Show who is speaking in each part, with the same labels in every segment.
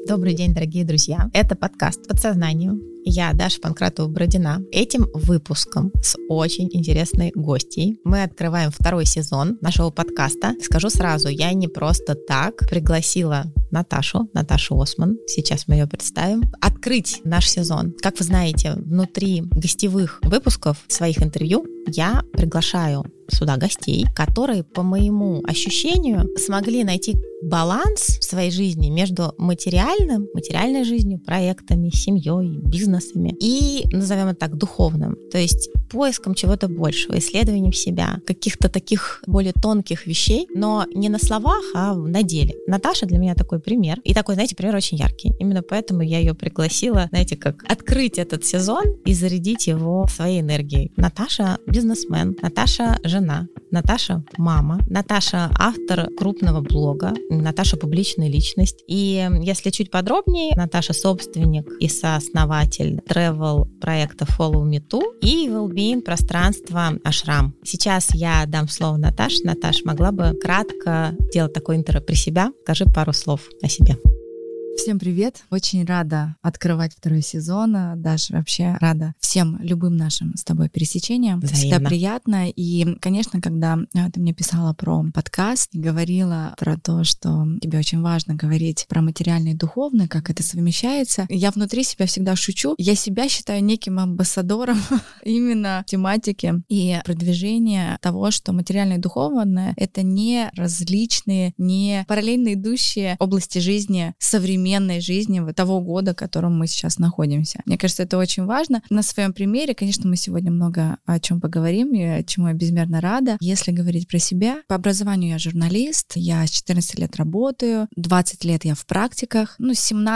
Speaker 1: Добрый день, дорогие друзья. Это подкаст «Подсознанию». Я Даша Панкратова-Бородина. Этим выпуском с очень интересной гостьей мы открываем второй сезон нашего подкаста. Скажу сразу, я не просто так пригласила Наташу Осман, сейчас мы ее представим, открыть наш сезон. Как вы знаете, внутри гостевых выпусков своих интервью я приглашаю сюда гостей, которые, по моему ощущению, смогли найти баланс в своей жизни между материальной жизнью, проектами, семьей, бизнесами и, назовем это так, духовным. То есть поиском чего-то большего, исследованием себя, каких-то таких более тонких вещей, но не на словах, а на деле. Наташа для меня такой пример. И такой, знаете, пример очень яркий. Именно поэтому я ее пригласила, знаете, как открыть этот сезон и зарядить его своей энергией. Наташа бизнесмен, Наташа жена, Наташа мама, Наташа автор крупного блога, Наташа публичная личность. И если чуть подробнее, Наташа собственник и сооснователь travel проекта Follow Me To и well-being пространства Ашрам. Сейчас я дам слово Наташе. Наташа, могла бы кратко сделать такое интро при себя? Скажи пару слов о себе.
Speaker 2: Всем привет! Очень рада открывать второй сезон. Даже вообще рада всем любым нашим с тобой пересечениям. Это всегда приятно. И, конечно, когда ты мне писала про подкаст, говорила про то, что тебе очень важно говорить про материальное и духовное, как это совмещается, я внутри себя всегда шучу. Я себя считаю неким амбассадором именно тематики и продвижения того, что материальное и духовное — это не различные, не параллельно идущие области жизни современной жизни того года, в котором мы сейчас находимся. Мне кажется, это очень важно. На своем примере, конечно, мы сегодня много о чем поговорим, и чему я безмерно рада. Если говорить про себя, по образованию я журналист, я с 14 лет работаю, 20 лет я в практиках, с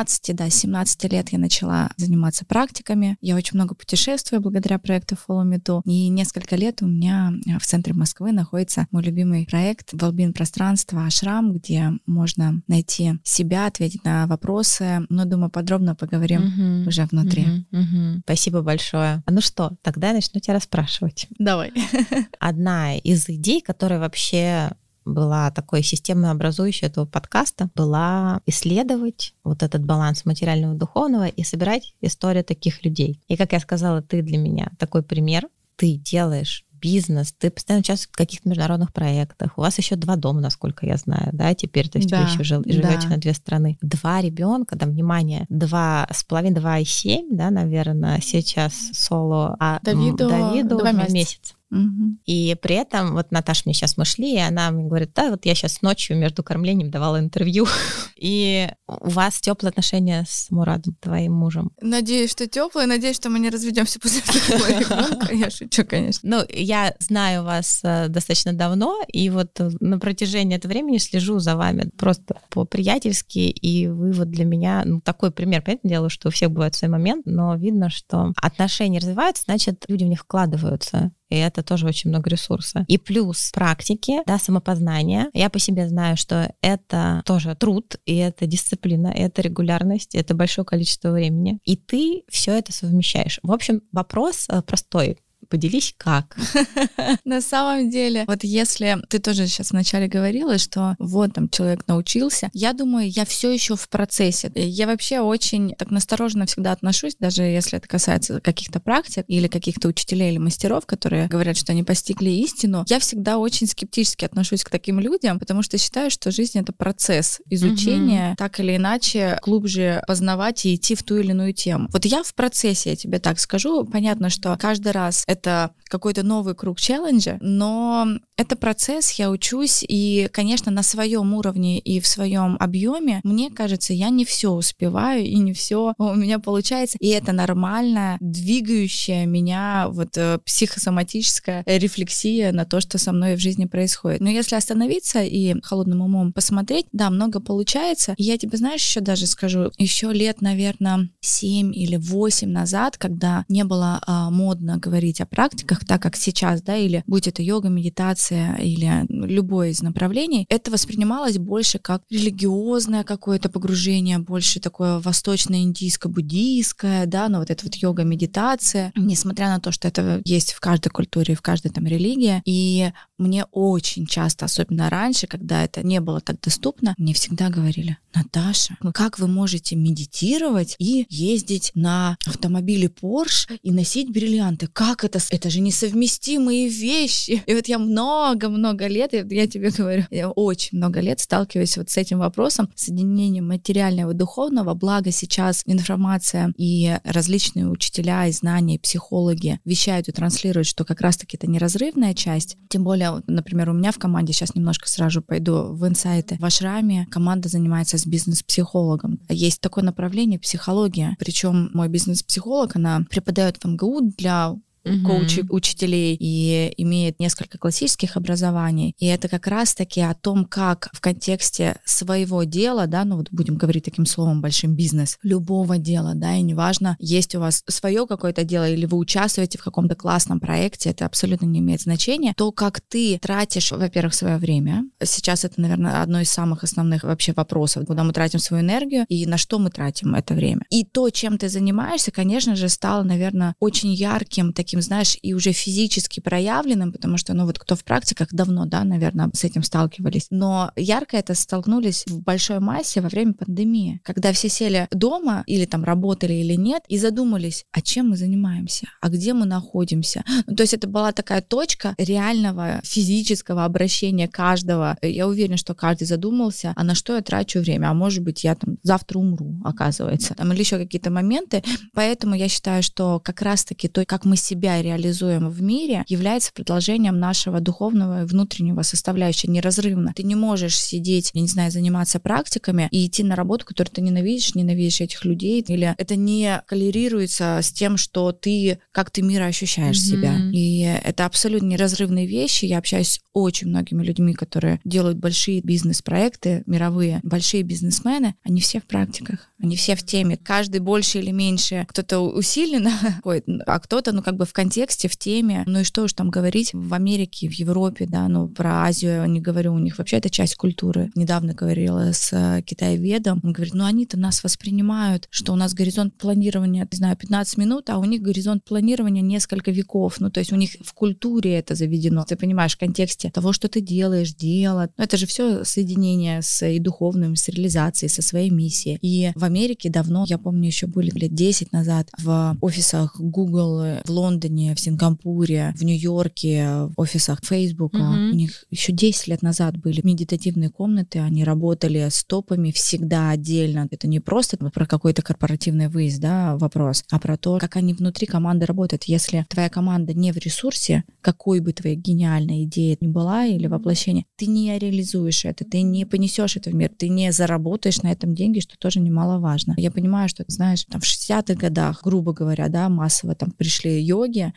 Speaker 2: 17 лет я начала заниматься практиками. Я очень много путешествую благодаря проекту Follow Me To, и несколько лет у меня в центре Москвы находится мой любимый проект well-being пространства Ашрам, где можно найти себя, ответить на вопросы, но, думаю, подробно поговорим уже внутри.
Speaker 1: Спасибо большое. Ну что, тогда я начну тебя расспрашивать.
Speaker 2: Давай.
Speaker 1: Одна из идей, которая вообще была такой системообразующей этого подкаста, была исследовать вот этот баланс материального и духовного и собирать истории таких людей. И, как я сказала, ты для меня такой пример. Ты делаешь бизнес, ты постоянно участвуешь в каких-то международных проектах. У вас еще 2 дома, насколько я знаю, да, теперь, то есть вы еще живете на 2 страны. 2 ребенка, да, внимание, 2,5, 2,7, да, наверное, сейчас соло, а Давиду 2 месяца. И при этом, вот Наташа мне сейчас мы шли, и она мне говорит, да, вот я сейчас ночью между кормлением давала интервью, и у вас теплые отношения с Мурадом, твоим мужем.
Speaker 2: Надеюсь, что теплые, надеюсь, что мы не разведемся после второго ребенка. Я шучу, конечно.
Speaker 1: Я знаю вас достаточно давно, и вот на протяжении этого времени слежу за вами просто по-приятельски, и вы вот для меня, такой пример, понятное дело, что у всех бывает свой момент, но видно, что отношения развиваются, значит, люди в них вкладываются. И это тоже очень много ресурса. И плюс практики, да, самопознание. Я по себе знаю, что это тоже труд, и это дисциплина, и это регулярность, и это большое количество времени. И ты все это совмещаешь. В общем, вопрос простой. Поделись, как.
Speaker 2: На самом деле, вот если ты тоже сейчас вначале говорила, что вот там человек научился, я думаю, я все еще в процессе. Я вообще очень так настороженно всегда отношусь, даже если это касается каких-то практик или каких-то учителей или мастеров, которые говорят, что они постигли истину. Я всегда очень скептически отношусь к таким людям, потому что считаю, что жизнь — это процесс изучения, так или иначе глубже познавать и идти в ту или иную тему. Вот я в процессе, я тебе так скажу. Понятно, что каждый раз это какой-то новый круг челленджа, но это процесс, я учусь, и, конечно, на своем уровне и в своем объеме, мне кажется, я не все успеваю, и не все у меня получается, и это нормально, двигающая меня вот психосоматическая рефлексия на то, что со мной в жизни происходит. Но если остановиться и холодным умом посмотреть, да, много получается, и я тебе, знаешь, еще даже скажу, еще лет, наверное, 7 или 8 назад, когда не было модно говорить о о практиках, так как сейчас, да, или будь это йога, медитация или любое из направлений, это воспринималось больше как религиозное какое-то погружение, больше такое восточно-индийско-буддийское, да, но вот это вот йога, медитация, несмотря на то, что это есть в каждой культуре, в каждой там религии. И мне очень часто, особенно раньше, когда это не было так доступно, мне всегда говорили: Наташа, как вы можете медитировать и ездить на автомобиле Porsche и носить бриллианты? Как это? Это же несовместимые вещи. И вот я много-много лет, я тебе говорю, я очень много лет сталкиваюсь вот с этим вопросом, соединением материального и духовного. Благо сейчас информация и различные учителя и знания, и психологи вещают и транслируют, что как раз-таки это неразрывная часть. Тем более, например, у меня в команде, сейчас немножко сразу пойду в инсайты, в Ашраме команда занимается с бизнес-психологом. Есть такое направление — психология. Причем мой бизнес-психолог, она преподает в МГУ для коучей, учителей и имеет несколько классических образований. И это как раз-таки о том, как в контексте своего дела, да, ну вот будем говорить таким словом, большим бизнес, любого дела, да, и неважно, есть у вас свое какое-то дело или вы участвуете в каком-то классном проекте, это абсолютно не имеет значения. То, как ты тратишь, во-первых, свое время. Сейчас это, наверное, одно из самых основных вообще вопросов, куда мы тратим свою энергию и на что мы тратим это время. И то, чем ты занимаешься, конечно же, стало, наверное, очень ярким таким, знаешь, и уже физически проявленным, потому что, ну вот кто в практиках давно, да, наверное, с этим сталкивались. Но ярко это столкнулись в большой массе во время пандемии, когда все сели дома или там работали или нет и задумались, а чем мы занимаемся, а где мы находимся. Ну, то есть это была такая точка реального физического обращения каждого. Я уверена, что каждый задумался, а на что я трачу время, а может быть я там завтра умру, оказывается, там, или еще какие-то моменты. Поэтому я считаю, что как раз-таки то, как мы себя реализуем в мире, является продолжением нашего духовного и внутреннего составляющего неразрывно. Ты не можешь сидеть, я не знаю, заниматься практиками и идти на работу, которую ты ненавидишь этих людей, или это не коррелируется с тем, что ты, как ты мир ощущаешь себя. И это абсолютно неразрывные вещи. Я общаюсь с очень многими людьми, которые делают большие бизнес-проекты, мировые, большие бизнесмены, они все в практиках, они все в теме. Каждый больше или меньше, кто-то усиленно ходит, а кто-то, ну, как бы в контексте, в теме. Ну и что уж там говорить, в Америке, в Европе, да, ну про Азию я не говорю, у них вообще это часть культуры. Недавно говорила с китаеведом, он говорит, ну они-то нас воспринимают, что у нас горизонт планирования, не знаю, 15 минут, а у них горизонт планирования несколько веков. Ну то есть у них в культуре это заведено. Ты понимаешь, в контексте того, что ты делаешь, дело. Ну, это же все соединение с и духовным, с реализацией, со своей миссией. И в Америке давно, я помню, еще были лет 10 назад в офисах Google в Лондоне, в Сингапуре, в Нью-Йорке, в офисах Фейсбука. У них еще 10 лет назад были медитативные комнаты, они работали с топами всегда отдельно. Это не просто про какой-то корпоративный выезд, да, вопрос, а про то, как они внутри команды работают. Если твоя команда не в ресурсе, какой бы твоя гениальная идея ни была или воплощение, ты не реализуешь это, ты не понесешь это в мир, ты не заработаешь на этом деньги, что тоже немаловажно. Я понимаю, что, знаешь, там в 60-х годах, грубо говоря, да, массово там пришли йоги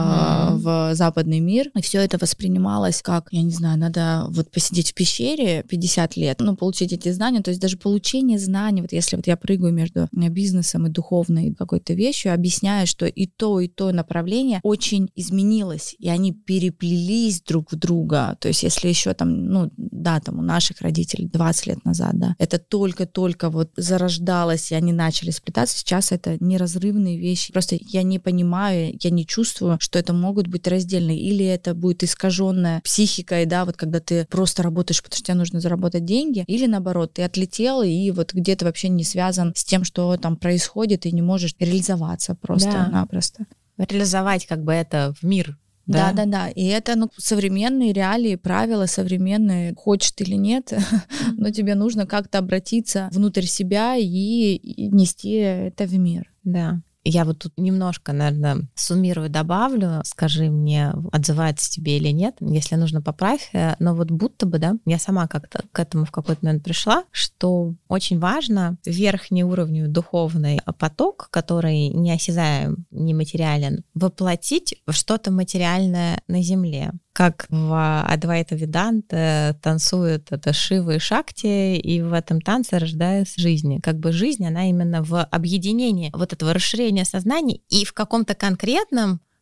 Speaker 2: в западный мир, и все это воспринималось как, я не знаю, надо вот посидеть в пещере 50 лет, ну, получить эти знания, то есть даже получение знаний, вот если вот я прыгаю между бизнесом и духовной какой-то вещью, объясняю, что и то направление очень изменилось, и они переплелись друг в друга, то есть если еще там, ну, да, там у наших родителей 20 лет назад, да, это только-только вот зарождалось, и они начали сплетаться, сейчас это неразрывные вещи, просто я не понимаю, я не чувствую, что это могут быть раздельные, или это будет искаженная психикой, да, вот когда ты просто работаешь, потому что тебе нужно заработать деньги, или наоборот, ты отлетел и вот где-то вообще не связан с тем, что там происходит, и не можешь реализоваться просто-напросто.
Speaker 1: Реализовать как бы это в мир.
Speaker 2: Да. И это, ну, современные реалии, правила современные, хочешь ты или нет, но тебе нужно как-то обратиться внутрь себя и нести это в мир.
Speaker 1: Да. Я вот тут немножко, наверное, суммирую, добавлю, скажи мне, отзывается тебе или нет, если нужно, поправь, но вот будто бы, да, я сама как-то к этому в какой-то момент пришла, что очень важно верхний уровень духовный поток, который неосязаем, нематериален, воплотить в что-то материальное на земле. Как в Адвайта Веданта танцуют это Шива и Шакти, и в этом танце рождается жизнь. Как бы жизнь, она именно в объединении вот этого расширения сознания и в каком-то конкретном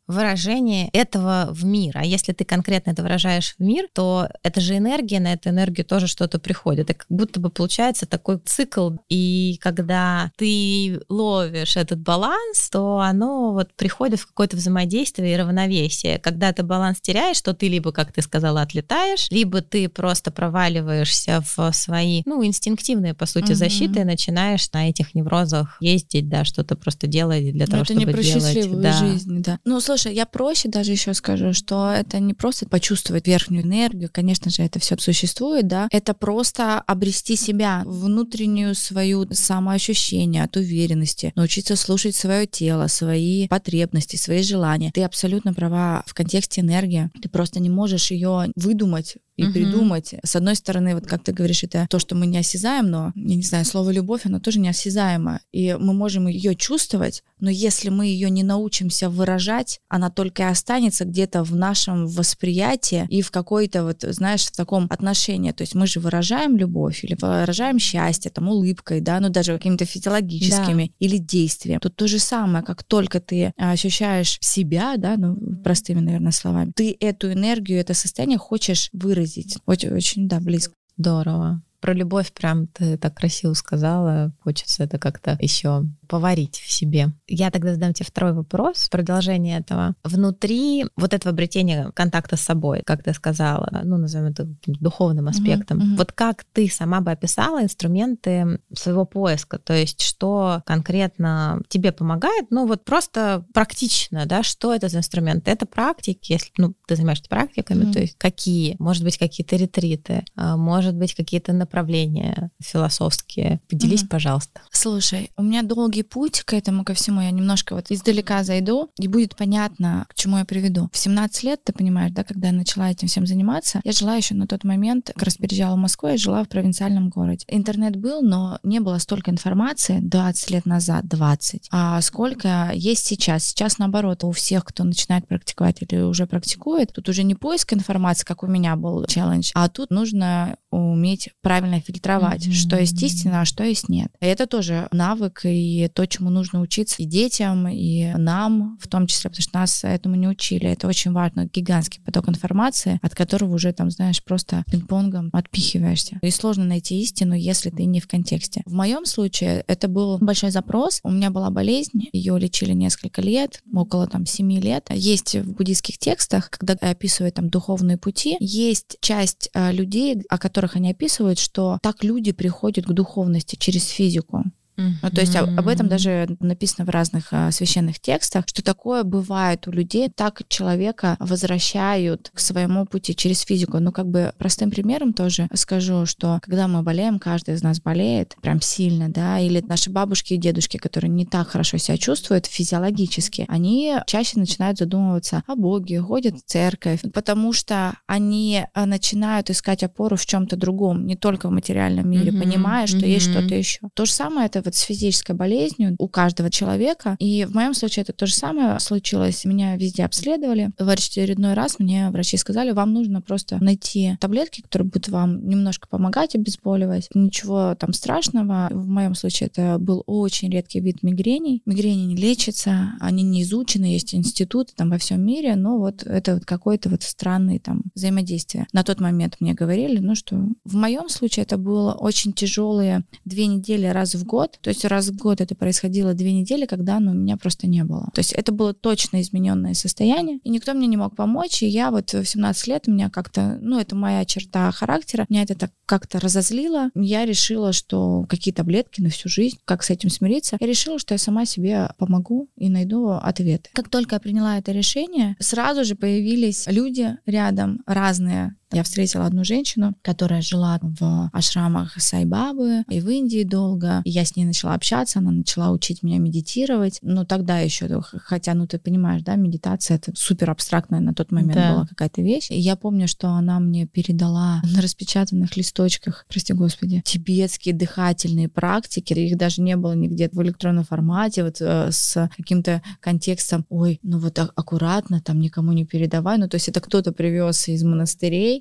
Speaker 1: выражение этого в мир. А если ты конкретно это выражаешь в мир, то это же энергия, на эту энергию тоже что-то приходит. И как будто бы получается такой цикл. И когда ты ловишь этот баланс, то оно вот приходит в какое-то взаимодействие и равновесие. Когда ты баланс теряешь, то ты либо, как ты сказала, отлетаешь, либо ты просто проваливаешься в свои, инстинктивные, по сути, защиты, и начинаешь на этих неврозах ездить, да, что-то просто делать для того, чтобы делать.
Speaker 2: Это не про счастливую жизнь, да. Слушай, я проще даже еще скажу, что это не просто почувствовать верхнюю энергию, конечно же, это все существует, да, это просто обрести себя, внутреннюю свою самоощущение от уверенности, научиться слушать свое тело, свои потребности, свои желания. Ты абсолютно права в контексте энергии. Ты просто не можешь ее выдумать и придумать. С одной стороны, вот как ты говоришь, это то, что мы не осязаем, но, я не знаю, слово «любовь», оно тоже неосязаемо. И мы можем ее чувствовать, но если мы ее не научимся выражать, она только и останется где-то в нашем восприятии и в какой-то, вот, знаешь, в таком отношении. То есть мы же выражаем любовь или выражаем счастье, там, улыбкой, да, даже какими-то физиологическими или действием. Тут то же самое, как только ты ощущаешь себя, да, простыми, наверное, словами, ты эту энергию, это состояние хочешь выразить. Очень, да, близко.
Speaker 1: Здорово. Про любовь прям ты так красиво сказала. Хочется это как-то еще поварить в себе. Я тогда задам тебе второй вопрос, продолжение этого. Внутри вот этого обретения контакта с собой, как ты сказала, назовем это духовным аспектом. Вот как ты сама бы описала инструменты своего поиска? То есть что конкретно тебе помогает? Просто практично, да, что это за инструменты? Это практики, если ты занимаешься практиками, то есть какие? Может быть, какие-то ретриты, может быть, какие-то направления философские. Поделись, пожалуйста.
Speaker 2: Слушай, у меня долгий путь к этому, ко всему. Я немножко издалека зайду, и будет понятно, к чему я приведу. В 17 лет, ты понимаешь, да, когда я начала этим всем заниматься, я жила еще на тот момент, как раз переезжала в Москву, я жила в провинциальном городе. Интернет был, но не было столько информации 20 лет назад, 20, сколько есть сейчас. Сейчас, наоборот, у всех, кто начинает практиковать или уже практикует, тут уже не поиск информации, как у меня был челлендж, а тут нужно уметь правильно фильтровать, что есть истина, а что есть нет. И это тоже навык и то, чему нужно учиться и детям, и нам, в том числе, потому что нас этому не учили. Это очень важно. Гигантский поток информации, от которого уже, просто пинг-понгом отпихиваешься. И сложно найти истину, если ты не в контексте. В моем случае это был большой запрос. У меня была болезнь, ее лечили несколько лет, около 7 лет. Есть в буддийских текстах, когда описывают духовные пути, есть часть людей, о которых они описывают, что так люди приходят к духовности через физику. То есть об этом даже написано в разных священных текстах, что такое бывает у людей, так человека возвращают к своему пути через физику. Простым примером тоже скажу, что когда мы болеем, каждый из нас болеет прям сильно, да, или наши бабушки и дедушки, которые не так хорошо себя чувствуют физиологически, они чаще начинают задумываться о Боге, ходят в церковь, потому что они начинают искать опору в чем-то другом, не только в материальном мире, понимая, что есть что-то еще. То же самое это с физической болезнью у каждого человека. И в моем случае это то же самое случилось. Меня везде обследовали. В очередной раз мне врачи сказали, вам нужно просто найти таблетки, которые будут вам немножко помогать обезболивать. Ничего страшного. В моем случае это был очень редкий вид мигрений. Мигрени не лечатся, они не изучены, есть институты во всем мире, но это какое-то странное взаимодействие. На тот момент мне говорили, что в моем случае это было очень тяжелые 2 недели раз в год. То есть раз в год это происходило 2 недели, когда у меня просто не было. То есть это было точно измененное состояние, и никто мне не мог помочь. И я в 17 лет, у меня как-то, это моя черта характера, меня это так как-то разозлило. Я решила, что какие таблетки на всю жизнь, как с этим смириться. Я решила, что я сама себе помогу и найду ответы. Как только я приняла это решение, сразу же появились люди рядом разные. Я встретила одну женщину, которая жила в ашрамах Сайбабы и в Индии долго. И я с ней начала общаться, она начала учить меня медитировать. Тогда еще, хотя, ты понимаешь, да, медитация — это супер абстрактная на тот момент была какая-то вещь. И я помню, что она мне передала на распечатанных листочках, прости господи, тибетские дыхательные практики. Их даже не было нигде в электронном формате, с каким-то контекстом. Ой, аккуратно, никому не передавай. То есть это кто-то привез из монастырей,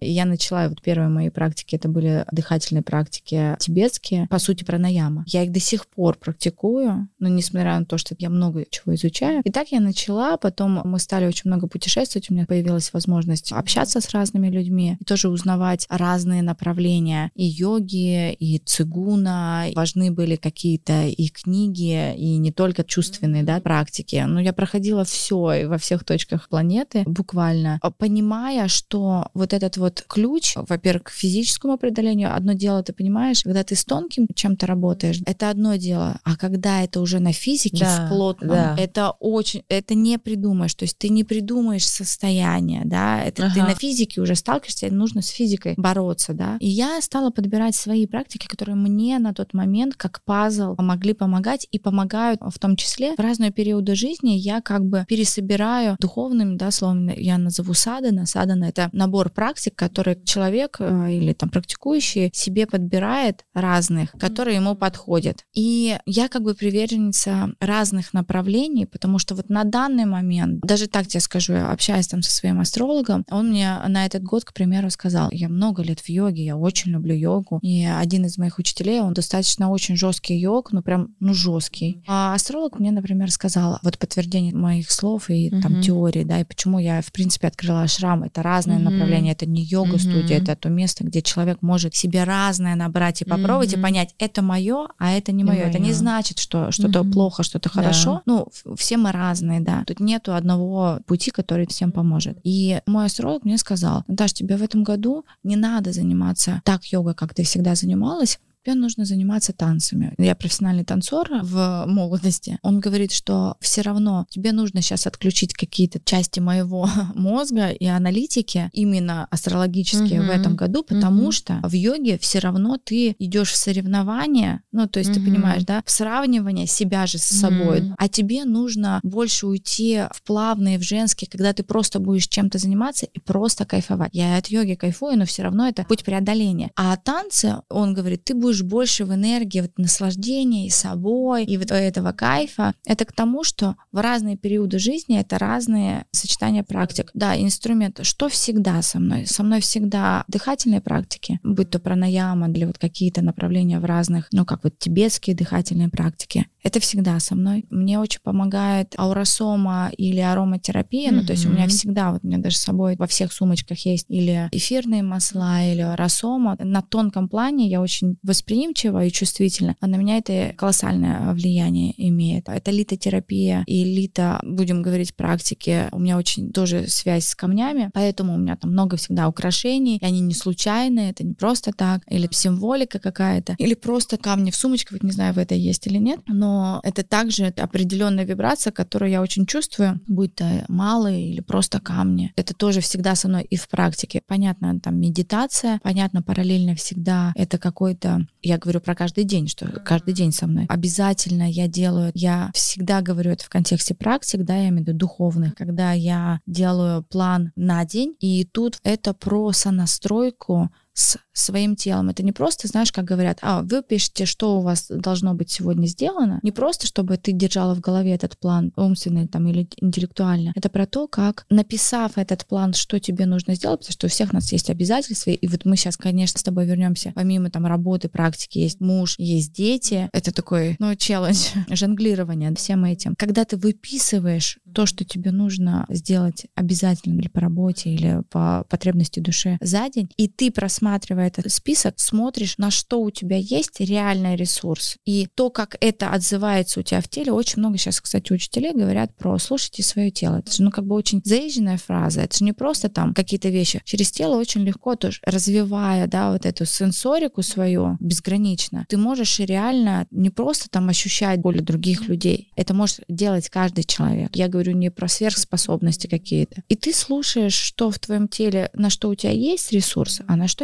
Speaker 2: Я начала, вот первые мои практики, это были дыхательные практики тибетские, по сути, пранаяма. Я их до сих пор практикую, но несмотря на то, что я много чего изучаю. И так я начала, потом мы стали очень много путешествовать, у меня появилась возможность общаться с разными людьми и тоже узнавать разные направления и йоги, и цигуна. Важны были какие-то и книги, и не только чувственные, да, практики. Но я проходила все во всех точках планеты, буквально, понимая, что вот этот вот ключ, во-первых, к физическому преодолению, одно дело, ты понимаешь, когда ты с тонким чем-то работаешь, это одно дело, а когда это уже на физике, в плотном, это очень, это не придумаешь, то есть ты не придумаешь состояние, да, это ты на физике уже сталкиваешься, нужно с физикой бороться, да, и я стала подбирать свои практики, которые мне на тот момент как пазл могли помогать и помогают в том числе в разные периоды жизни. Я как бы пересобираю духовным, да, словом, я назову садхана. Садхана — это набор практик, которые человек или там практикующий себе подбирает разных, которые ему подходят. И я как бы приверженница разных направлений, потому что вот на данный момент, даже так тебе скажу, я общаюсь там со своим астрологом, он мне на этот год, к примеру, сказал: я много лет в йоге, я очень люблю йогу, и один из моих учителей, он достаточно очень жесткий йог, ну прям, ну жесткий. А астролог мне, например, сказал, вот подтверждение моих слов и там теории, да, и почему я, в принципе, открыла ашрам. Это разное направление, это не йога-студия, это то место, где человек может себе разное набрать и попробовать, и понять, это мое, а это не мое. Это не значит, что что-то плохо, что-то хорошо. Ну, все мы разные, да. Тут нету одного пути, который всем поможет. И мой астролог мне сказал: Наташ, тебе в этом году не надо заниматься так йогой, как ты всегда занималась, тебе нужно заниматься танцами. Я профессиональный танцор в молодости. Он говорит, что все равно тебе нужно сейчас отключить какие-то части моего мозга и аналитики, именно астрологические, в этом году, потому что в йоге все равно ты идешь в соревнования, ну, то есть ты понимаешь, да, в сравнивание себя же с собой, а тебе нужно больше уйти в плавные, в женские, когда ты просто будешь чем-то заниматься и просто кайфовать. Я от йоги кайфую, но все равно это путь преодоления. А танцы, он говорит, ты будешь больше в энергии, вот наслаждения и собой, и вот этого кайфа. Это к тому, что в разные периоды жизни это разные сочетания практик. Да, инструмент. Что всегда со мной? Со мной всегда дыхательные практики, будь то пранаяма или вот какие-то направления в разных, ну, как вот тибетские дыхательные практики. Это всегда со мной. Мне очень помогает ауросома или ароматерапия. Ну, то есть у меня всегда, вот у меня даже с собой во всех сумочках есть или эфирные масла, или ауросома. На тонком плане я очень восприимчива и чувствительна, а на меня это колоссальное влияние имеет. Это литотерапия и лито, будем говорить, практики. У меня очень тоже связь с камнями, поэтому у меня там много всегда украшений, и они не случайные, это не просто так, или символика какая-то, или просто камни в сумочке, вот не знаю, в это есть или нет, но это также определенная вибрация, которую я очень чувствую, будь то малые или просто камни. Это тоже всегда со мной и в практике. Понятно, там медитация, понятно, параллельно всегда это какой-то, я говорю про каждый день, что каждый день со мной. Обязательно я делаю, я всегда говорю это в контексте практик, да, я имею в виду духовных, когда я делаю план на день, и тут это про сонастройку с своим телом. Это не просто, знаешь, как говорят, вы пишете, что у вас должно быть сегодня сделано. Не просто, чтобы ты держала в голове этот план умственный там, или интеллектуально. Это про то, как, написав этот план, что тебе нужно сделать, потому что у всех у нас есть обязательства. И вот мы сейчас, конечно, с тобой вернемся. Помимо там работы, практики, есть муж, есть дети. Это такой, челлендж, жонглирование всем этим. Когда ты выписываешь то, что тебе нужно сделать обязательно или по работе, или по потребности души за день, и ты просматривая этот список, смотришь, на что у тебя есть реальный ресурс. И то, как это отзывается у тебя в теле, очень много сейчас, кстати, учителей говорят про «слушайте свое тело». Это же, как бы очень заезженная фраза. Это же не просто там какие-то вещи. Через тело очень легко тоже, развивая, да, вот эту сенсорику свою безгранично, ты можешь реально не просто там ощущать боль других людей. Это может делать каждый человек. Я говорю не про сверхспособности какие-то. И ты слушаешь, что в твоем теле, на что у тебя есть ресурс, а на что нет.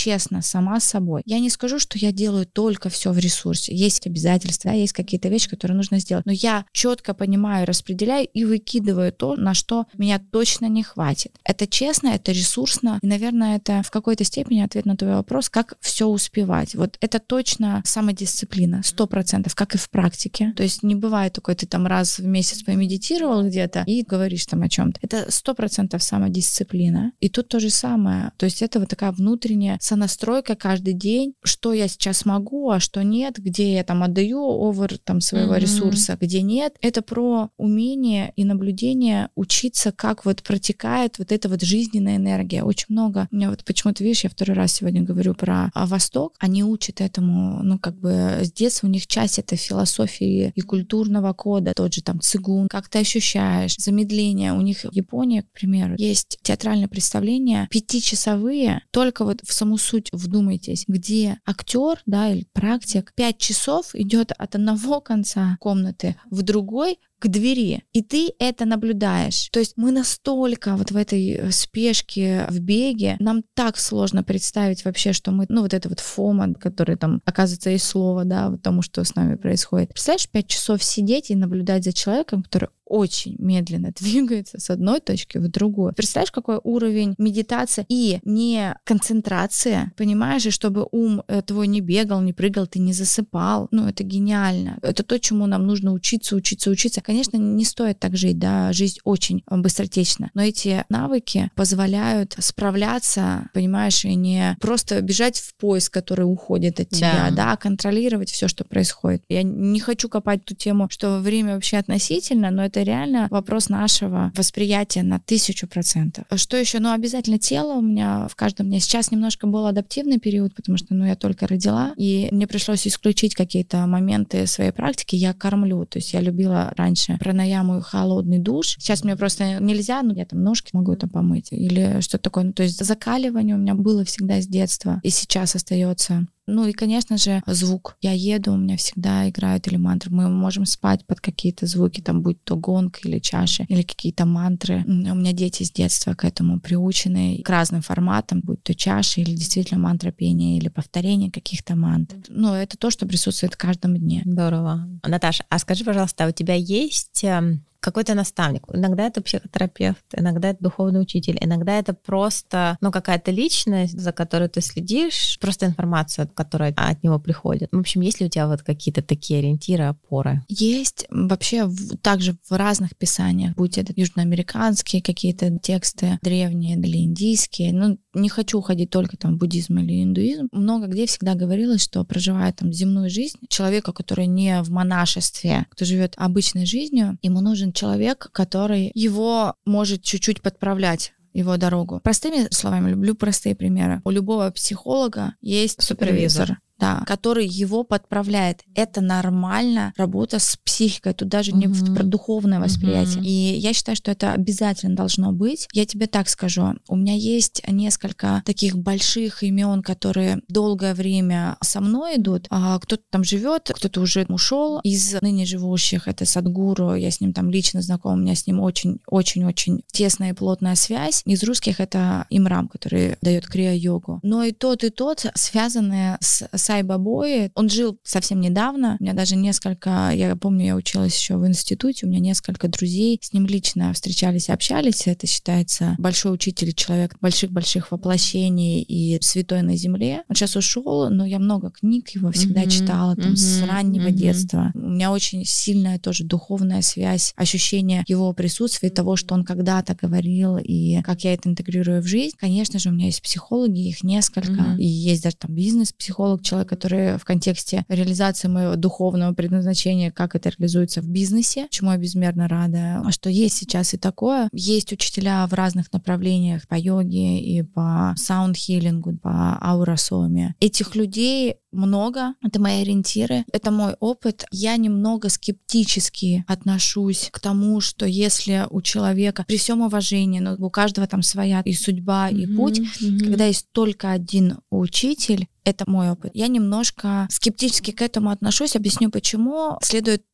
Speaker 2: честно сама с собой. Я не скажу, что я делаю только все в ресурсе. Есть обязательства, да, есть какие-то вещи, которые нужно сделать. Но я четко понимаю, распределяю и выкидываю то, на что меня точно не хватит. Это честно, это ресурсно. И, наверное, это в какой-то степени ответ на твой вопрос, как все успевать. Вот это точно самодисциплина, 100%, как и в практике. То есть не бывает такой, ты там раз в месяц помедитировал где-то и говоришь там о чем-то. Это 100% самодисциплина. И тут то же самое. То есть это вот такая внутренняя сонастройка каждый день, что я сейчас могу, а что нет, где я там отдаю овер там своего ресурса, где нет. Это про умение и наблюдение учиться, как вот протекает вот эта вот жизненная энергия. Очень много. У меня вот почему-то, видишь, я второй раз сегодня говорю про Восток. Они учат этому, ну, как бы с детства у них часть это философии и культурного кода, тот же там цигун, как ты ощущаешь, замедление. У них в Японии, к примеру, есть театральное представление 5-часовые, только вот в саму суть вдумайтесь, где актер, да, или практик 5 часов идет от одного конца комнаты в другой к двери, и ты это наблюдаешь. То есть мы настолько вот в этой спешке, в беге, нам так сложно представить вообще, что мы, ну вот это вот фома, который там, оказывается, есть слово, да, вот тому, что с нами происходит. Представляешь, 5 часов сидеть и наблюдать за человеком, который очень медленно двигается с одной точки в другую. Представляешь, какой уровень медитации и не концентрация, понимаешь, и чтобы ум твой не бегал, не прыгал, ты не засыпал. Ну, это гениально. Это то, чему нам нужно учиться. Конечно, не стоит так жить, да, жизнь очень быстротечна, но эти навыки позволяют справляться, понимаешь, и не просто бежать в поиск, который уходит от тебя, да, а контролировать все, что происходит. Я не хочу копать ту тему, что время вообще относительно, но это реально вопрос нашего восприятия на 1000%. Что еще? Ну, обязательно тело у меня в каждом дне. Сейчас немножко был адаптивный период, потому что, ну, я только родила, и мне пришлось исключить какие-то моменты своей практики. Я кормлю, то есть я любила раньше пранаяму и холодный душ. Сейчас мне просто нельзя, ну, я там ножки могу там помыть или что-то такое. Ну, то есть закаливание у меня было всегда с детства и сейчас остается. Ну и, конечно же, звук. Я еду, у меня всегда играют или мантры. Мы можем спать под какие-то звуки, там, будь то гонг или чаши, или какие-то мантры. У меня дети с детства к этому приучены, к разным форматам, будь то чаши или действительно мантропение, или повторение каких-то мантр. Ну, это то, что присутствует в каждом дне.
Speaker 1: Здорово. Наташа, а скажи, пожалуйста, у тебя есть какой-то наставник? Иногда это психотерапевт, иногда это духовный учитель, иногда это просто, ну, какая-то личность, за которой ты следишь, просто информация, которая от него приходит. В общем, есть ли у тебя вот какие-то такие ориентиры, опоры?
Speaker 2: Есть вообще также в разных писаниях, будь это южноамериканские какие-то тексты, древние или индийские. Ну, не хочу уходить только там в буддизм или индуизм. Много где всегда говорилось, что проживая там земную жизнь, человеку, который не в монашестве, кто живет обычной жизнью, ему нужен человек, который его может чуть-чуть подправлять, его дорогу. Простыми словами, люблю простые примеры. У любого психолога есть супервизор. Да, который его подправляет. Это нормально, работа с психикой. Тут даже не про духовное восприятие. И я считаю, что это обязательно должно быть. Я тебе так скажу. У меня есть несколько таких больших имен, которые долгое время со мной идут. Кто-то там живет, кто-то уже ушел из ныне живущих. Это Садгуру. Я с ним там лично знакома. У меня с ним очень-очень-очень тесная и плотная связь. Из русских это Имрам, который дает крия-йогу. Но и тот, связанные с Сай Бабой. Он жил совсем недавно. У меня даже несколько, я помню, я училась еще в институте, у меня несколько друзей с ним лично встречались и общались. Это считается большой учитель, человек больших-больших воплощений и святой на земле. Он сейчас ушел, но я много книг его всегда читала там с раннего детства. У меня очень сильная тоже духовная связь, ощущение его присутствия, того, что он когда-то говорил и как я это интегрирую в жизнь. Конечно же, у меня есть психологи, их несколько, и есть даже там бизнес-психолог, человек, который в контексте реализации моего духовного предназначения, как это реализуется в бизнесе, чему я безмерно рада. А что есть сейчас и такое. Есть учителя в разных направлениях по йоге и по саунд-хилингу, по ауросоме. Этих людей много, это мои ориентиры, это мой опыт. Я немного скептически отношусь к тому, что если у человека, при всем уважении, но у каждого там своя и судьба, и путь, когда есть только один учитель, это мой опыт. Я немножко скептически к этому отношусь, объясню почему. Следует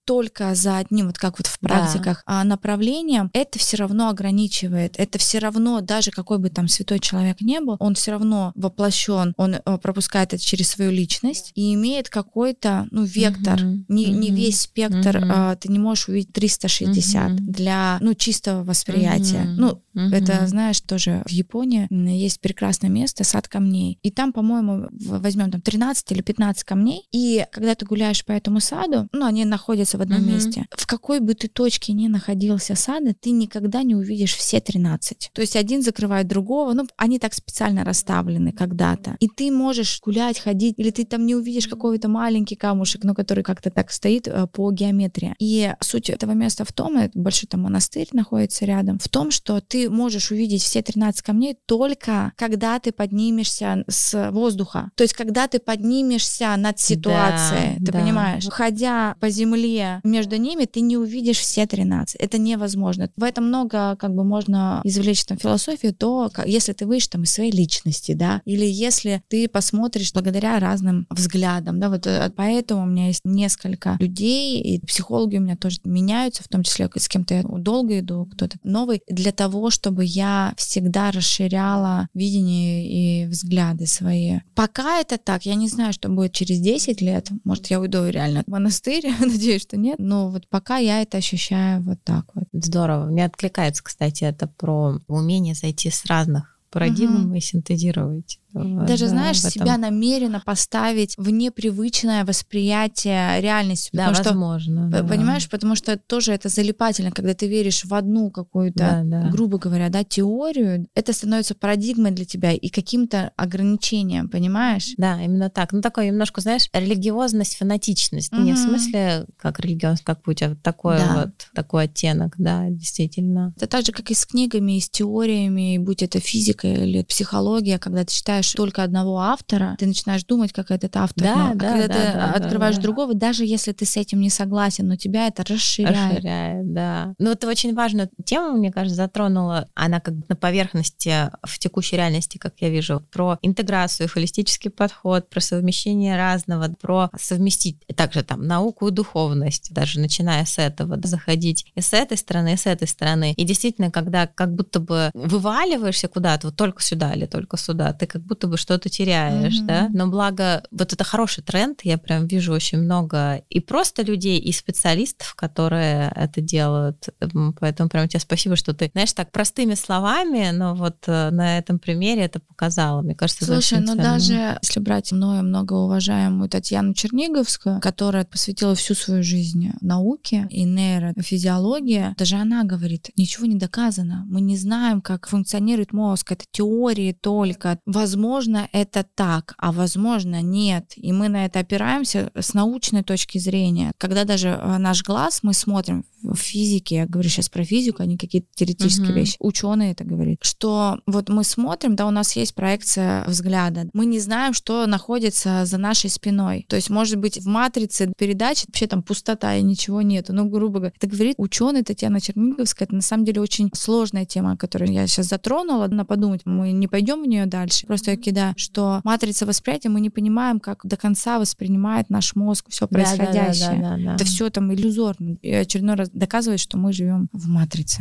Speaker 2: только за одним, вот как вот в практиках, направлением, это все равно ограничивает. Это все равно, даже какой бы там святой человек не был, он все равно воплощен, он пропускает это через свою личность и имеет какой-то, вектор. Не весь спектр, ты не можешь увидеть 360 для, чистого восприятия. Это, знаешь, тоже в Японии есть прекрасное место, сад камней. И там, по-моему, возьмем там 13 или 15 камней, и когда ты гуляешь по этому саду, они находятся в одном месте. В какой бы ты точке ни находился сада, ты никогда не увидишь все 13. То есть один закрывает другого, они так специально расставлены когда-то. И ты можешь гулять, ходить, или ты там не увидишь какой-то маленький камушек, который как-то так стоит по геометрии. И суть этого места в том, большой там монастырь находится рядом, в том, что ты можешь увидеть все 13 камней только когда ты поднимешься с воздуха. То есть когда ты поднимешься над ситуацией, ты понимаешь? Ходя по земле между ними, ты не увидишь все 13. Это невозможно. В этом много можно извлечь там философию, то если ты выйдешь там из своей личности, да, или если ты посмотришь благодаря разным взглядам, да, вот поэтому у меня есть несколько людей, и психологи у меня тоже меняются, в том числе с кем-то я долго иду, кто-то новый, для того, чтобы я всегда расширяла видение и взгляды свои. Пока это так, я не знаю, что будет через 10 лет, может, я уйду реально в монастырь, надеюсь, что нет, но вот пока я это ощущаю вот так вот.
Speaker 1: Здорово. Мне откликается, кстати, это про умение зайти с разных парадигм и синтезировать.
Speaker 2: Даже, знаешь, себя намеренно поставить в непривычное восприятие реальности.
Speaker 1: Да, возможно.
Speaker 2: Понимаешь, потому что тоже это залипательно, когда ты веришь в одну какую-то, грубо говоря, теорию, это становится парадигмой для тебя и каким-то ограничением, понимаешь?
Speaker 1: Да, именно так. такой немножко, знаешь, религиозность, фанатичность. Не в смысле, как религиозность, как у тебя такой такой оттенок, да, действительно.
Speaker 2: Это так же, как и с книгами, и с теориями, будь это физика или психология, когда ты читаешь только одного автора, ты начинаешь думать, как этот автор. Когда ты открываешь другого, даже если ты с этим не согласен, но тебя это расширяет.
Speaker 1: Да. Это очень важную тему, мне кажется, затронула. Она как бы на поверхности в текущей реальности, как я вижу, про интеграцию, холистический подход, про совмещение разного, про совместить также там науку и духовность, даже начиная с этого, заходить и с этой стороны, и с этой стороны. И действительно, когда как будто бы вываливаешься куда-то, вот только сюда или только сюда, ты как будто бы что-то теряешь, да? Но благо, вот это хороший тренд, я прям вижу очень много и просто людей, и специалистов, которые это делают, поэтому прям тебе спасибо, что ты, знаешь, так простыми словами, но вот на этом примере это показала, мне кажется,
Speaker 2: слушай, даже если брать мною многоуважаемую Татьяну Черниговскую, которая посвятила всю свою жизнь науке и нейрофизиологии, даже она говорит, ничего не доказано, мы не знаем, как функционирует мозг, это теории только, возможно, это так, а возможно, нет. И мы на это опираемся с научной точки зрения. Когда даже наш глаз мы смотрим в физике, я говорю сейчас про физику, а не какие-то теоретические вещи. Ученые это говорят, что вот мы смотрим, да, у нас есть проекция взгляда. Мы не знаем, что находится за нашей спиной. То есть, может быть, в матрице передачи вообще там пустота и ничего нету. Грубо говоря, это говорит ученый Татьяна Черниговская. Это на самом деле очень сложная тема, которую я сейчас затронула. Надо подумать, мы не пойдем в нее дальше. Просто я кидаю, что матрица восприятия, мы не понимаем, как до конца воспринимает наш мозг все происходящее. Да. Это все там иллюзорно. И очередной раз доказывает, что мы живем в матрице.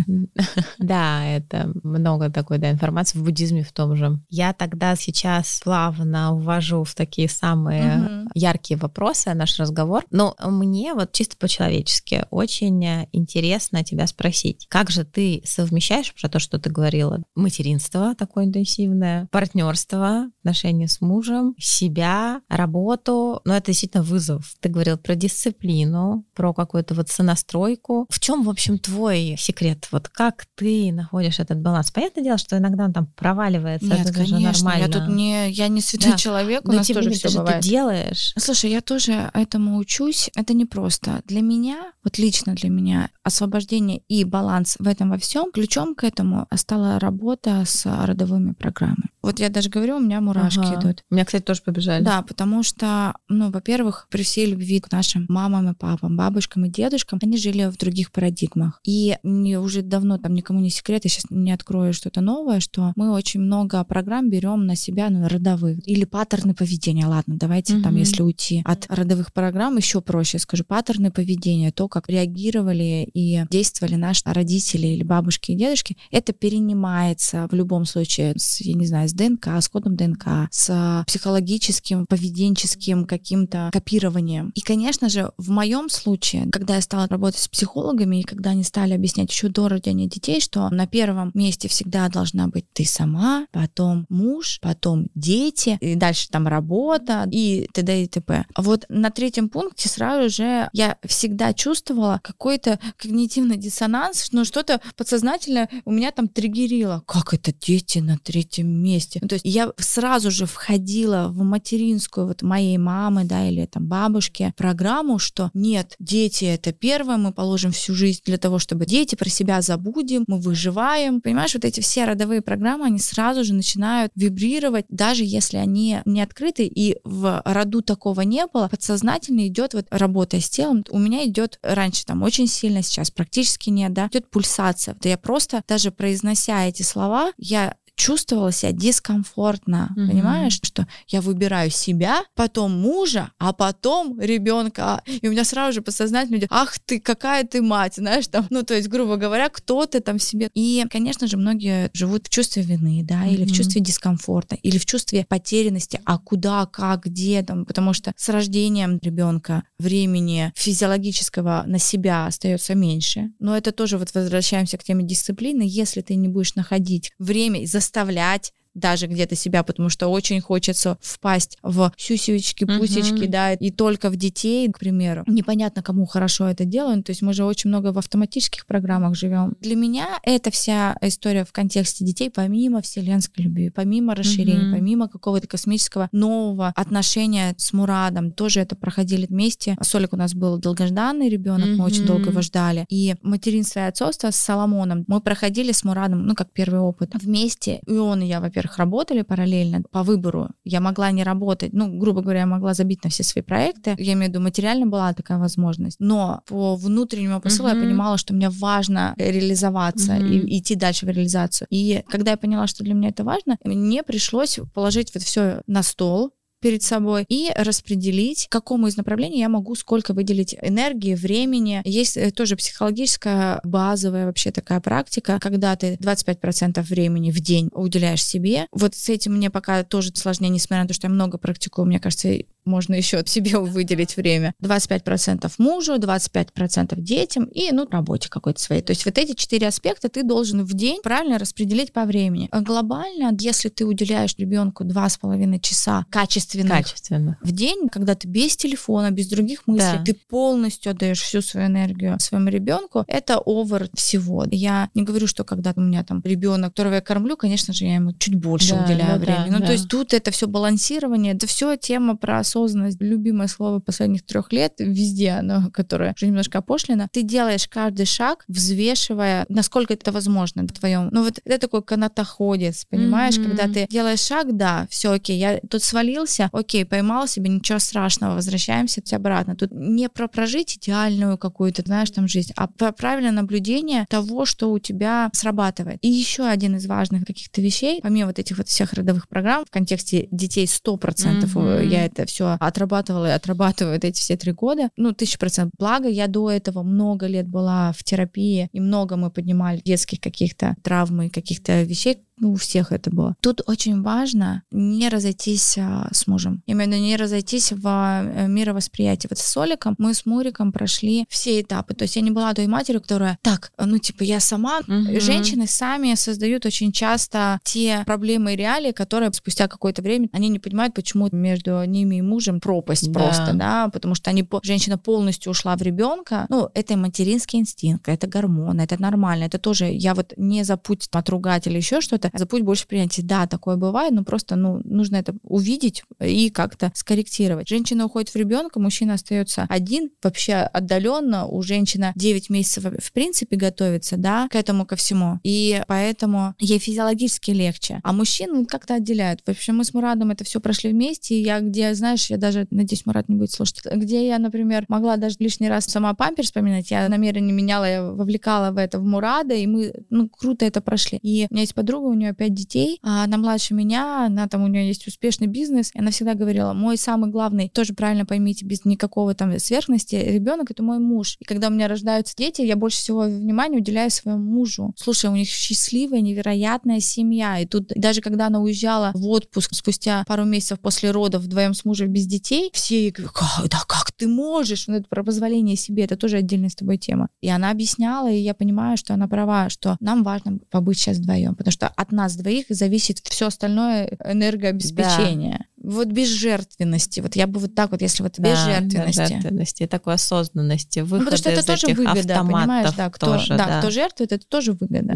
Speaker 1: Да, это много такой информации в буддизме в том же. Я тогда сейчас плавно ввожу в такие самые яркие вопросы наш разговор. Но мне вот чисто по-человечески очень интересно тебя спросить, как же ты совмещаешь про то, что ты говорила, материнство такое интенсивное, партнерство, отношения с мужем, себя, работу. Это действительно вызов. Ты говорил про дисциплину, про какую-то сонастройку. В чем, в общем, твой секрет? Вот как ты находишь этот баланс? Понятное дело, что иногда он там проваливается.
Speaker 2: Нет,
Speaker 1: это
Speaker 2: конечно,
Speaker 1: же нормально.
Speaker 2: Я не святой человек, у нас тоже все бывает.
Speaker 1: Ты делаешь.
Speaker 2: Слушай, я тоже этому учусь. Это непросто. Для меня, вот лично для меня, освобождение и баланс в этом во всем, ключом к этому стала работа с родовыми программами. Вот я даже говорю, у меня мурашки идут.
Speaker 1: У меня, кстати, тоже побежали.
Speaker 2: Да, потому что, во-первых, при всей любви к нашим мамам и папам, бабушкам и дедушкам, они жили в других парадигмах. И мне уже давно там никому не секрет, я сейчас не открою что-то новое, что мы очень много программ берем на себя, родовых. Или паттерны поведения. Ладно, давайте там, если уйти от родовых программ, еще проще скажу. Паттерны поведения, то, как реагировали и действовали наши родители или бабушки и дедушки, это перенимается в любом случае с ДНК, с кодом ДНК, с психологическим, поведенческим каким-то копированием. И, конечно же, в моем случае, когда я стала работать с психологами, и когда они стали объяснять еще до рождения детей, что на первом месте всегда должна быть ты сама, потом муж, потом дети, и дальше там работа, и т.д. и т.п. А вот на третьем пункте сразу же я всегда чувствовала какой-то когнитивный диссонанс, что-то подсознательно у меня там триггерило. Как это дети на третьем месте? То есть я сразу же входила в материнскую моей мамы, или там бабушки программу, что нет, дети — это первое, мы положим всю жизнь для того, чтобы дети, про себя забудем, мы выживаем. Понимаешь, вот эти все родовые программы, они сразу же начинают вибрировать, даже если они не открыты, и в роду такого не было, подсознательно идет работа с телом. У меня идет раньше там очень сильно, сейчас практически нет, идет пульсация. Я просто, даже произнося эти слова, я чувствовала себя дискомфортно, понимаешь, что я выбираю себя, потом мужа, а потом ребенка, и у меня сразу же подсознательно идет: ах ты, какая ты мать, знаешь, там, то есть, грубо говоря, кто ты там себе. И, конечно же, многие живут в чувстве вины, или в чувстве дискомфорта, или в чувстве потерянности, а куда, как, где, там, потому что с рождением ребенка времени физиологического на себя остается меньше. Но это тоже возвращаемся к теме дисциплины. Если ты не будешь находить время и заставлять даже где-то себя, потому что очень хочется впасть в сюсечки, пусечки, и только в детей, к примеру. Непонятно, кому хорошо это делают, то есть мы же очень много в автоматических программах живем. Для меня эта вся история в контексте детей, помимо вселенской любви, помимо расширения, помимо какого-то космического нового отношения с Мурадом, тоже это проходили вместе. Солик у нас был долгожданный ребенок, мы очень долго его ждали. И материнство и отцовство с Соломоном мы проходили с Мурадом, как первый опыт, вместе. И он и я, во-первых, работали параллельно по выбору. Я могла не работать, грубо говоря, я могла забить на все свои проекты. Я имею в виду, материально была такая возможность. Но по внутреннему посылу я понимала, что мне важно реализоваться и идти дальше в реализацию. И когда я поняла, что для меня это важно, мне пришлось положить все на стол перед собой и распределить, к какому из направлений я могу сколько выделить энергии, времени. Есть тоже психологическая базовая вообще такая практика, когда ты 25% времени в день уделяешь себе. Вот с этим мне пока тоже сложнее, несмотря на то, что я много практикую, мне кажется, можно еще себе выделить время. 25% мужу, 25% детям и, работе какой-то своей. То есть вот эти 4 аспекта ты должен в день правильно распределить по времени. А глобально, если ты уделяешь ребенку 2,5 часа качественных в день, когда ты без телефона, без других мыслей, ты полностью отдаешь всю свою энергию своему ребенку, это овер всего. Я не говорю, что когда у меня там ребенок, которого я кормлю, конечно же, я ему чуть больше уделяю времени. То есть тут это все балансирование, это все тема про осознанность, любимое слово последних 3 лет, везде оно, которое уже немножко опошлено. Ты делаешь каждый шаг, взвешивая, насколько это возможно в твоем. Это такой канатоходец, понимаешь, когда ты делаешь шаг, все, окей, я тут свалился, окей, поймал себя, ничего страшного, возвращаемся обратно. Тут не про прожить идеальную какую-то, жизнь, а про правильное наблюдение того, что у тебя срабатывает. И еще один из важных каких-то вещей, помимо этих всех родовых программ, в контексте детей 100% я это все отрабатывала и отрабатываю эти все 3 года, 1000%. Благо, я до этого много лет была в терапии, и много мы поднимали детских каких-то травм и каких-то вещей, у всех это было. Тут очень важно не разойтись с мужем. Именно не разойтись в мировосприятии. С Соликом мы с Муриком прошли все этапы. То есть я не была той матерью, которая я сама. Женщины сами создают очень часто те проблемы и реалии, которые спустя какое-то время они не понимают, почему между ними и мужем пропасть просто, потому что женщина полностью ушла в ребенка. Это материнский инстинкт, это гормоны, это нормально. Это тоже я не за путь отругать или еще что-то. что за путь больше принятия. Да, такое бывает, но просто нужно это увидеть и как-то скорректировать. Женщина уходит в ребенка, мужчина остается один, вообще отдаленно, у женщины 9 месяцев в принципе готовится, да, к этому ко всему. И поэтому ей физиологически легче. А мужчин как-то отделяют. В общем, мы с Мурадом это все прошли вместе. И я даже, надеюсь, Мурад не будет слушать, где я, например, могла даже лишний раз сама памперс вспоминать, я намеренно меняла, я вовлекала в это в Мурада, и мы, круто это прошли. И у меня есть подруга, у нее 5 детей, а она младше меня, у нее есть успешный бизнес, и она всегда говорила, мой самый главный, тоже правильно поймите, без никакого сверхности, ребенок — это мой муж. И когда у меня рождаются дети, я больше всего внимания уделяю своему мужу. Слушай, у них счастливая, невероятная семья. И тут даже когда она уезжала в отпуск спустя пару месяцев после родов вдвоем с мужем без детей, все ей говорят, как ты можешь? Это про позволение себе, это тоже отдельная с тобой тема. И она объясняла, и я понимаю, что она права, что нам важно побыть сейчас вдвоем, потому что от нас двоих зависит все остальное энергообеспечение. Да. Вот без жертвенности. Вот я бы вот так вот, если вот без жертвенности.
Speaker 1: И такой осознанности, выхода
Speaker 2: потому что это
Speaker 1: из
Speaker 2: тоже
Speaker 1: этих
Speaker 2: выгода, понимаешь?
Speaker 1: Да, кто
Speaker 2: жертвует, это тоже выгода.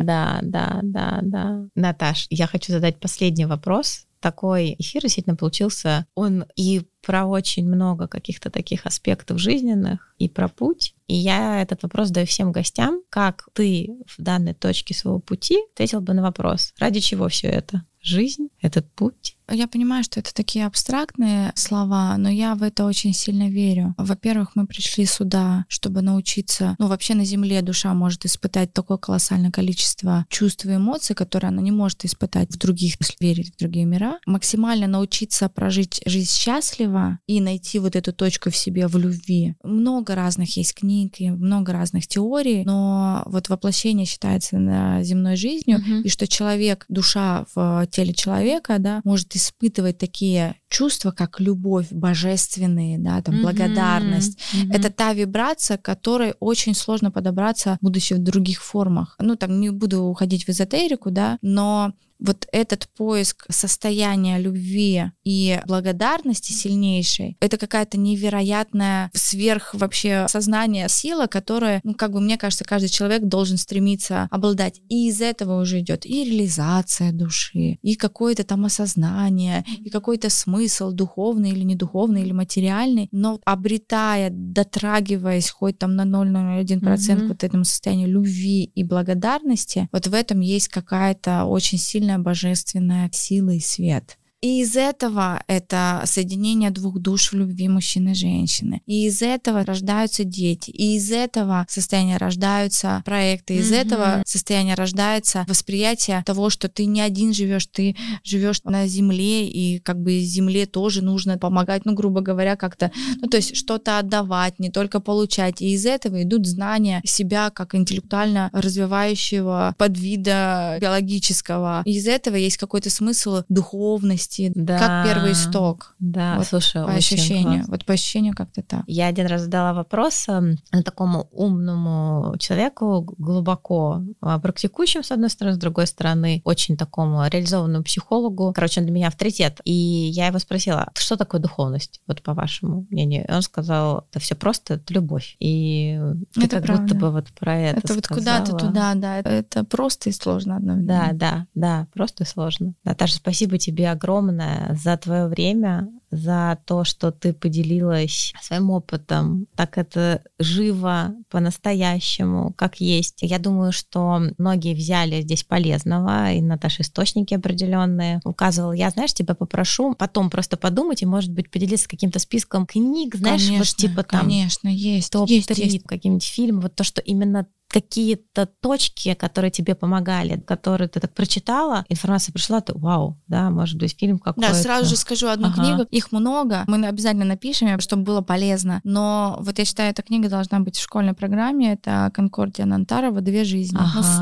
Speaker 1: Да. Наташ, я хочу задать последний вопрос. Такой эфир действительно получился. Он и про очень много каких-то таких аспектов жизненных, и про путь. И я этот вопрос задаю всем гостям. Как ты в данной точке своего пути ответил бы на вопрос, ради чего все это? Жизнь, этот путь?
Speaker 2: Я понимаю, что это такие абстрактные слова, но я в это очень сильно верю. Во-первых, мы пришли сюда, чтобы научиться... вообще на Земле душа может испытать такое колоссальное количество чувств и эмоций, которые она не может испытать в других, если верить в другие мира. Максимально научиться прожить жизнь счастливо и найти вот эту точку в себе в любви. Много разных есть книг и много разных теорий, но вот воплощение считается на земной жизнью, и что человек, душа в теле человека, да, может испытывать такие чувства, как любовь, божественные, да, благодарность. Это та вибрация, к которой очень сложно подобраться, будучи в других формах. Не буду уходить в эзотерику, да, но вот этот поиск состояния любви и благодарности сильнейшей, это какая-то невероятная сверх вообще сознание, сила, которая, мне кажется, каждый человек должен стремиться обладать. И из этого уже идет и реализация души, и какое-то осознание, и какой-то смысл духовный или недуховный, или материальный, но обретая, дотрагиваясь хоть на 0,01% вот этому состоянию любви и благодарности, вот в этом есть какая-то очень сильная божественная сила и свет. И из этого это соединение двух душ в любви мужчины и женщины. И из этого рождаются дети. И из этого состояния рождаются проекты. Из этого состояния рождается восприятие того, что ты не один живешь, ты живешь на земле, и земле тоже нужно помогать, грубо говоря, как-то, то есть что-то отдавать, не только получать. И из этого идут знания себя как интеллектуально развивающего подвида биологического. И из этого есть какой-то смысл духовности, как первый исток.
Speaker 1: Да,
Speaker 2: вот,
Speaker 1: слушай,
Speaker 2: по ощущению. Вот по ощущению как-то так.
Speaker 1: Я один раз задала вопрос такому умному человеку, глубоко практикующему, с одной стороны, с другой стороны, очень такому реализованному психологу. Короче, он для меня авторитет. И я его спросила, что такое духовность, вот по вашему мнению? И он сказал, это все просто, это любовь. И ты
Speaker 2: это
Speaker 1: как
Speaker 2: правда.
Speaker 1: будто бы вот про это
Speaker 2: вот
Speaker 1: сказала.
Speaker 2: Куда-то туда, да. Это просто и сложно одновременно.
Speaker 1: Да, просто и сложно. Наташа, спасибо тебе огромное за твое время, за то, что ты поделилась своим опытом, так это живо, по-настоящему, как есть. Я думаю, что многие взяли здесь полезного, и Наташа источники определенные указывала. Я, тебя попрошу потом просто подумать и, может быть, поделиться каким-то списком книг, знаешь,
Speaker 2: конечно, конечно, есть.
Speaker 1: Топ-3, какие-нибудь фильмы, вот то, что именно какие-то точки, которые тебе помогали, которые ты так прочитала, информация пришла, ты вау, да, может быть, фильм какой-то.
Speaker 2: Да, сразу же скажу одну книгу, их много, мы обязательно напишем, чтобы было полезно, но вот я считаю, эта книга должна быть в школьной программе, это Конкордия Нантарова «Две жизни».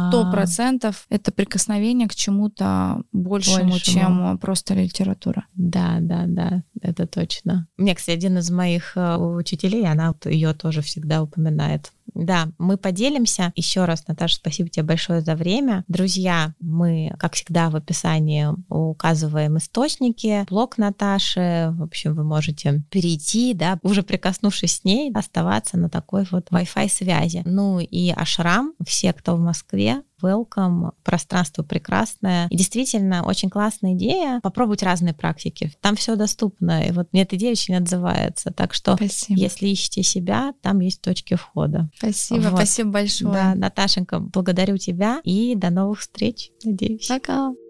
Speaker 2: 100% это прикосновение к чему-то большему, чем просто литература.
Speaker 1: Да, это точно. Мне, кстати, один из моих учителей, она ее тоже всегда упоминает. Да, мы поделимся. Еще раз, Наташа, спасибо тебе большое за время. Друзья, мы, как всегда, в описании указываем источники, блог Наташи. В общем, вы можете перейти, да, уже прикоснувшись с ней, оставаться на такой вот Wi-Fi связи. И ашрам, все, кто в Москве, welcome, пространство прекрасное. И действительно, очень классная идея попробовать разные практики. Там все доступно. И вот мне эта идея очень отзывается. Так что, если ищете себя, там есть точки входа.
Speaker 2: Спасибо, спасибо большое.
Speaker 1: Да, Наташенька, благодарю тебя и до новых встреч, надеюсь.
Speaker 2: Пока.